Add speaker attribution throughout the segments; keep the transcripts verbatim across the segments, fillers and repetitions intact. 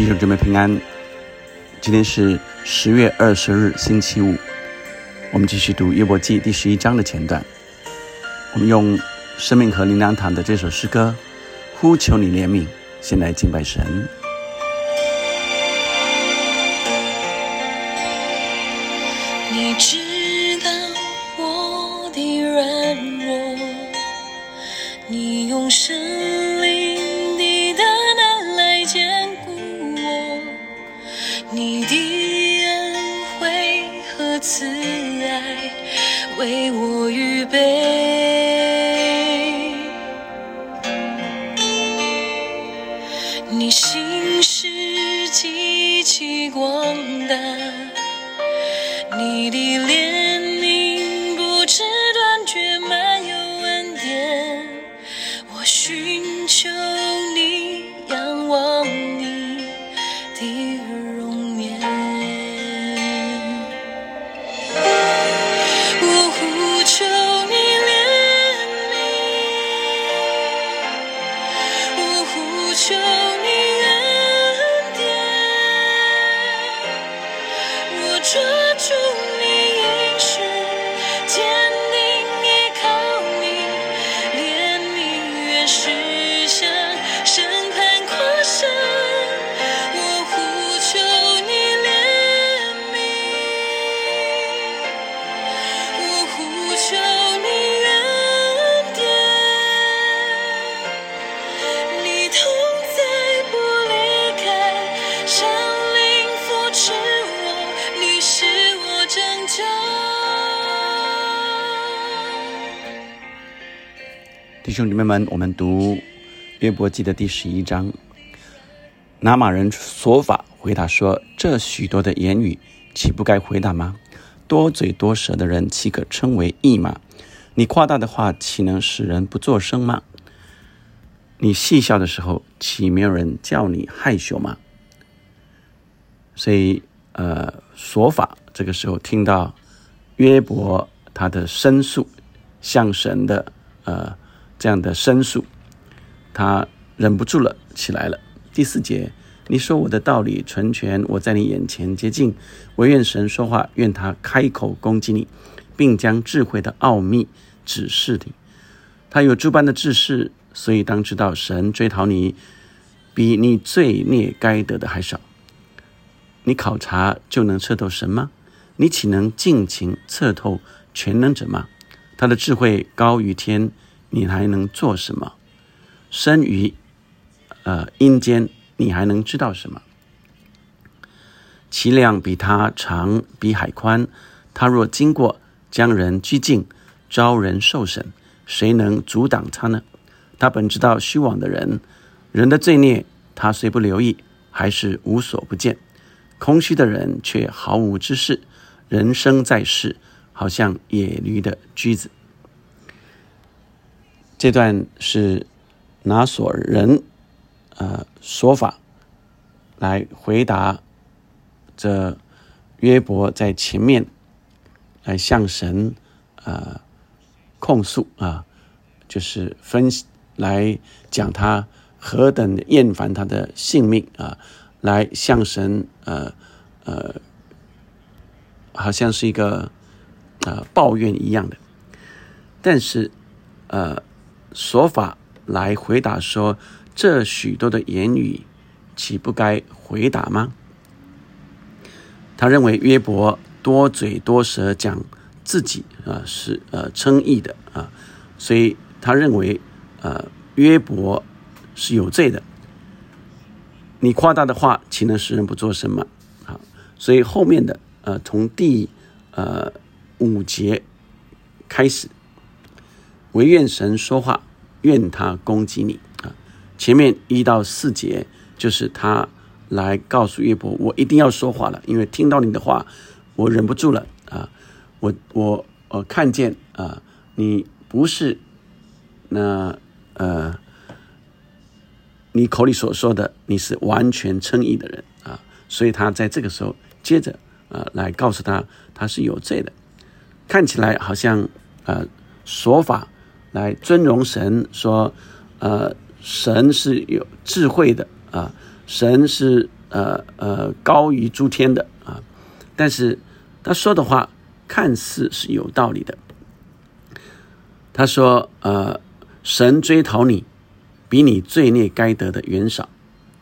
Speaker 1: 弟兄姊妹平安，今天是十月二十日星期五，我们继续读约伯记第十一章的前段。我们用生命和灵粮堂的这首诗歌呼求你怜悯，先来敬拜神。
Speaker 2: 你知道我的软弱，你用生灵的大能来坚固我，你的恩惠和慈爱为我预备，你心事极其广大，你的怜悯不知断绝，满有恩典。我寻求你，仰望你的容颜。我呼求你怜悯，我呼求你恩典，我抓住你应许，坚定依靠你，怜悯原是向审判跨山。我呼求你怜悯，我呼求你恩典，你同在不离开，圣灵扶持我，你是我拯救。
Speaker 1: 弟兄姊妹们，我们读约伯记的第十一章。拿玛人所法回答说：这许多的言语，岂不该回答吗？多嘴多舌的人，岂可称为义吗？你夸大的话，岂能使人不作声吗？你戏笑的时候，岂没有人叫你害羞吗？所以呃，所法这个时候听到约伯他的申诉，向神的呃这样的申诉，他忍不住了，起来了。第四节，你说我的道理纯全，我在你眼前洁净，惟愿神说话，愿他开口攻击你，并将智慧的奥秘指示你。他有诸般的智识，所以当知道神追讨你，比你罪孽该得的还少。你考察就能测透神吗？你岂能尽情测透全能者吗？他的智慧高于天，你还能做什么？生于呃阴间，你还能知道什么？其量比他长，比海宽。他若经过，将人拘禁，招人受审，谁能阻挡他呢？他本知道虚妄的人，人的罪孽，他虽不留意，还是无所不见。空虚的人却毫无知识，人生在世，好像野驴的驹子。这段是拿所人呃说法来回答这约伯在前面来向神呃控诉啊，就是分析来讲他何等厌烦他的性命啊，来向神呃呃好像是一个呃抱怨一样的。但是呃说法来回答说，这许多的言语岂不该回答吗？他认为约伯多嘴多舌，讲自己啊是呃称义的啊，所以他认为呃约伯是有罪的。你夸大的话，岂能使人不做什么？好，所以后面的呃从第呃五节开始，惟愿神说话，愿他攻击你啊。前面一到四节就是他来告诉约伯，我一定要说话了，因为听到你的话，我忍不住了啊。我我我看见啊，你不是那呃你口里所说的，你是完全称义的人啊。所以他在这个时候接着呃来告诉他，他是有罪的。看起来好像呃说法来尊荣神，说呃神是有智慧的啊，神是呃呃高于诸天的啊，但是他说的话看似是有道理的。他说呃神追讨你比你罪孽该得的远少。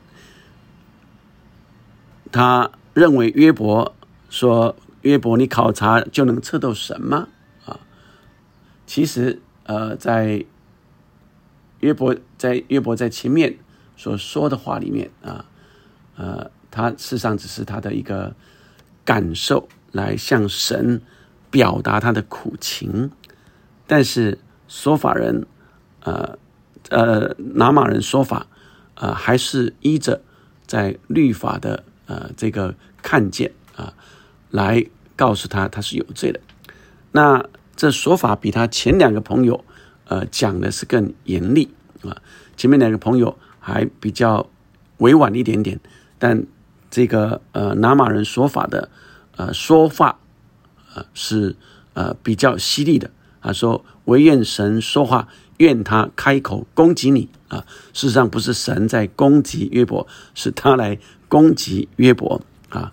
Speaker 1: 他认为约伯说，约伯你考察就能测透神吗？啊，其实呃在约伯在约伯在前面所说的话里面啊，呃他事实上只是他的一个感受，来向神表达他的苦情。但是说法人呃呃拿马人说法呃还是依着在律法的呃这个看见啊、呃、来告诉他他是有罪的。那这说法比他前两个朋友呃讲的是更严厉啊、呃，前面两个朋友还比较委婉一点点，但这个呃拿马人说法的呃说法呃是呃比较犀利的。他说惟愿神说话，愿他开口攻击你啊！事实上不是神在攻击约伯，是他来攻击约伯啊。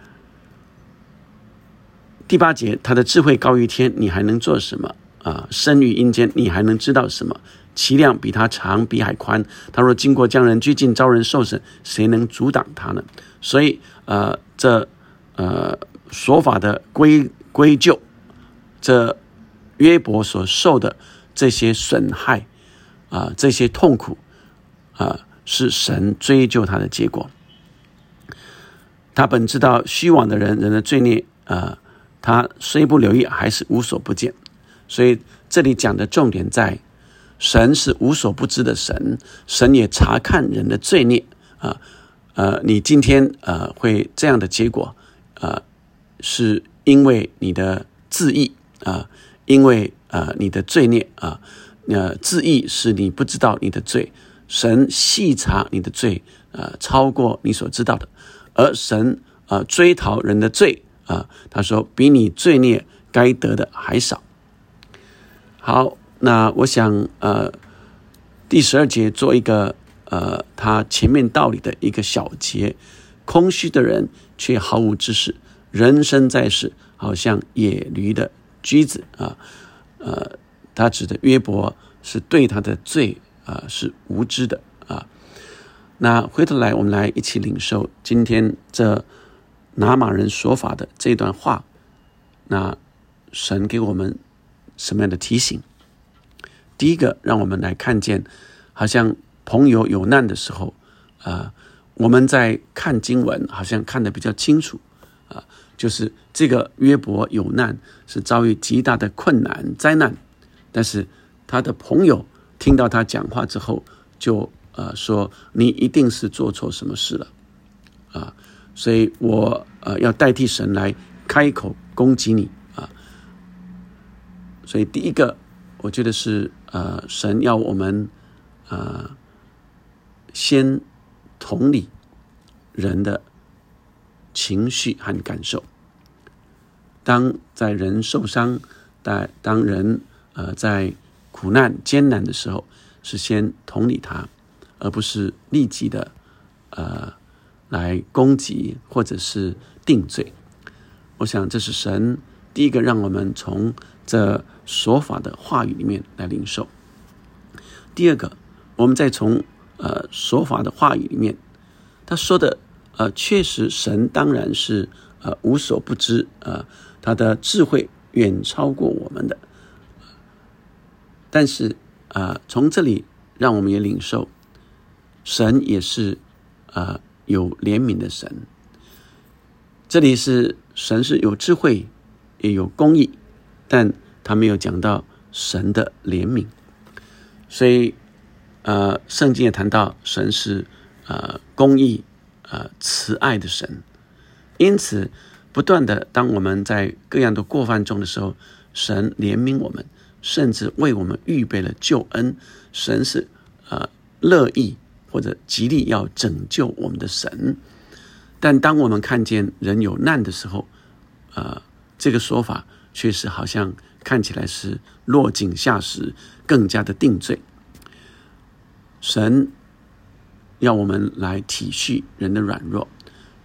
Speaker 1: 第八节，他的智慧高于天，你还能做什么啊？深于阴间，你还能知道什么？其量比他长，比海宽。他若经过将人拘禁，招人受审，谁能阻挡他呢？所以呃，这呃说法的归归咎，这约伯所受的这些损害啊、呃，这些痛苦啊、呃，是神追究他的结果。他本知道虚妄的人人的罪孽啊、呃，他虽不留意，还是无所不见。所以这里讲的重点在神是无所不知的神，神也查看人的罪孽啊。呃，你今天呃会这样的结果呃，是因为你的自义啊。因为呃你的罪孽啊，呃自义是你不知道你的罪，神细查你的罪，呃超过你所知道的，而神呃追讨人的罪啊，他说比你罪孽该得的还少。好，那我想呃第十二节做一个呃他前面道理的一个小节，空虚的人却毫无知识，人生在世好像野驴的驹子啊，呃，他指的约伯是对他的罪啊、呃、是无知的啊。那回头来，我们来一起领受今天这拿马人说法的这段话。那神给我们什么样的提醒？第一个，让我们来看见，好像朋友有难的时候，啊、呃，我们在看经文，好像看得比较清楚啊。呃就是这个约伯有难，是遭遇极大的困难灾难，但是他的朋友听到他讲话之后，就呃说你一定是做错什么事了啊，所以我呃要代替神来开口攻击你啊。所以第一个，我觉得是呃神要我们呃先同理人的情绪和感受。当在人受伤，当人呃在苦难艰难的时候，是先同理他，而不是立即的呃来攻击或者是定罪。我想这是神第一个让我们从这说法的话语里面来领受。第二个，我们再从呃说法的话语里面，他说的呃确实神当然是呃无所不知，呃他的智慧远超过我们的。但是呃从这里让我们也领受，神也是呃有怜悯的神。这里是神是有智慧也有公义，但他没有讲到神的怜悯。所以呃圣经也谈到神是呃公义呃慈爱的神。因此不断的当我们在各样的过犯中的时候，神怜悯我们，甚至为我们预备了救恩。神是呃乐意或者极力要拯救我们的神。但当我们看见人有难的时候，呃这个说法确实好像看起来是落井下石，更加的定罪。神要我们来体恤人的软弱，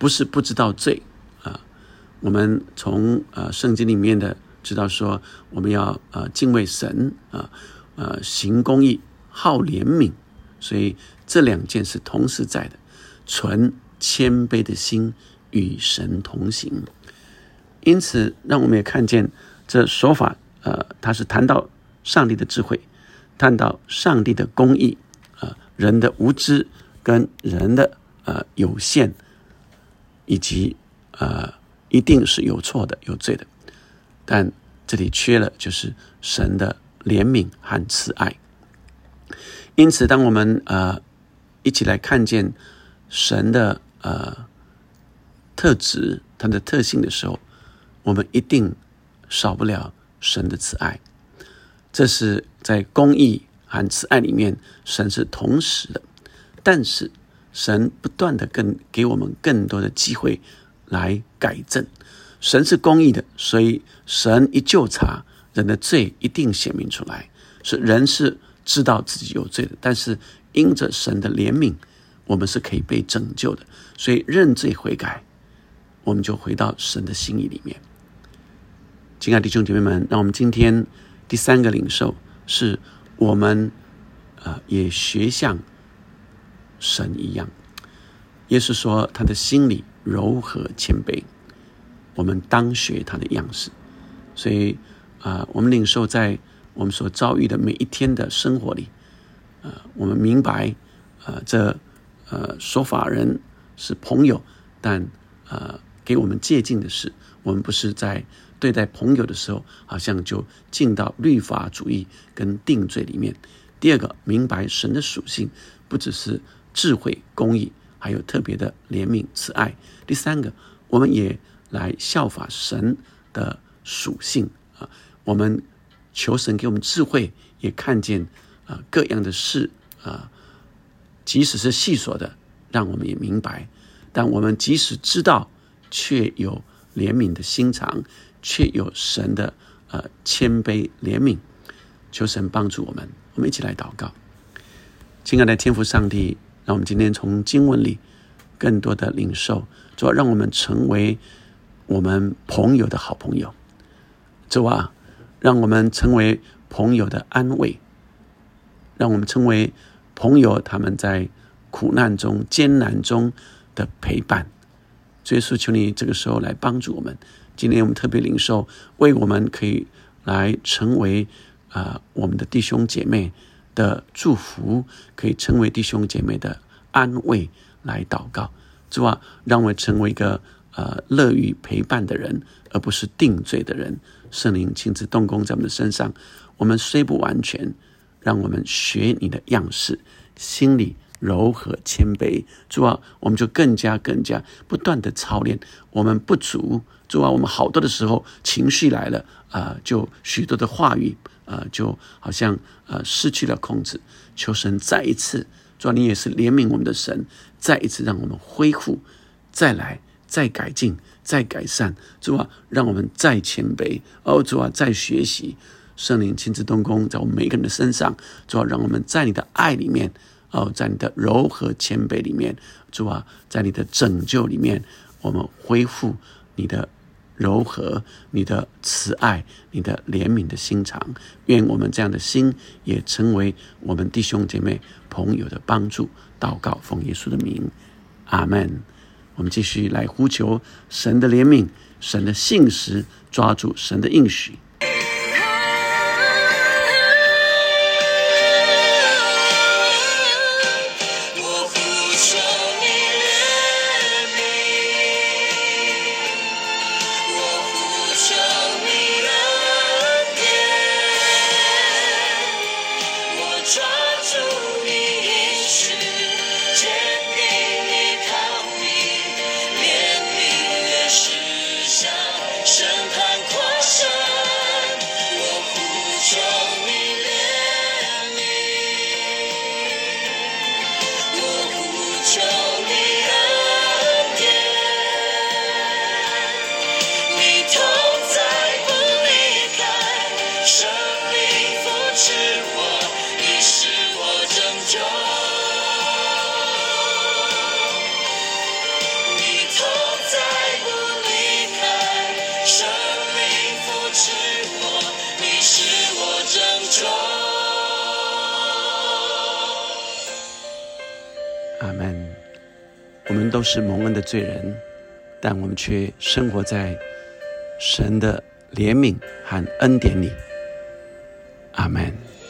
Speaker 1: 不是不知道罪啊、呃。我们从呃圣经里面的知道说，我们要呃敬畏神啊，呃, 呃行公义，好怜悯，所以这两件是同时在的。存谦卑的心，与神同行。因此，让我们也看见这说法，呃，它是谈到上帝的智慧，谈到上帝的公义，呃，人的无知跟人的呃有限，以及呃一定是有错的、有罪的。但这里缺了就是神的怜悯和慈爱。因此，当我们呃一起来看见神的呃特质、它的特性的时候，我们一定少不了神的慈爱。这是在公义和慈爱里面，神是同时的。但是神不断的更给我们更多的机会来改正。神是公义的，所以神一究察，人的罪一定显明出来。是人是知道自己有罪的，但是因着神的怜悯，我们是可以被拯救的。所以认罪悔改，我们就回到神的心意里面。亲爱的弟兄姐妹们，让我们今天第三个领受是我们、呃、也学像神一样。耶稣说他的心里柔和谦卑，我们当学他的样式。所以、呃、我们领受在我们所遭遇的每一天的生活里、呃、我们明白、呃、这、呃、说法人是朋友，但、呃、给我们借鉴的是，我们不是在对待朋友的时候好像就进到律法主义跟定罪里面。第二个，明白神的属性不只是智慧公义，还有特别的怜悯慈爱。第三个，我们也来效法神的属性啊，我们求神给我们智慧，也看见啊各样的事啊，即使是细琐的，让我们也明白。但我们即使知道，却有怜悯的心肠，却有神的呃谦卑怜悯。求神帮助我们，我们一起来祷告。亲爱的天父上帝，让我们今天从经文里更多的领受，主要让我们成为我们朋友的好朋友。主啊，让我们成为朋友的安慰，让我们成为朋友他们在苦难中艰难中的陪伴。主耶稣，求你这个时候来帮助我们。今天我们特别领受，为我们可以来成为、呃、我们的弟兄姐妹的祝福，可以成为弟兄姐妹的安慰来祷告。主啊，让我们成为一个呃乐于陪伴的人，而不是定罪的人。圣灵亲自动工在我们的身上，我们虽不完全，让我们学你的样式，心里柔和谦卑。主啊，我们就更加更加不断的操练。我们不足，主啊，我们好多的时候情绪来了、呃、就许多的话语、呃、就好像、呃、失去了控制。求神再一次，主啊，你也是怜悯我们的神，再一次让我们恢复，再来再改进再改善。主啊，让我们再谦卑。哦，主啊，再学习。圣灵亲自动工在我们每个人的身上。主啊，让我们在你的爱里面，哦，在你的柔和谦卑里面，主啊，在你的拯救里面，我们恢复你的柔和，你的慈爱，你的怜悯的心肠。愿我们这样的心也成为我们弟兄姐妹朋友的帮助。祷告奉耶稣的名，阿们。我们继续来呼求神的怜悯，神的信实，抓住神的应许。
Speaker 2: 审判跨生。
Speaker 1: 阿们。我们都是蒙恩的罪人，但我们却生活在神的怜悯和恩典里。阿们。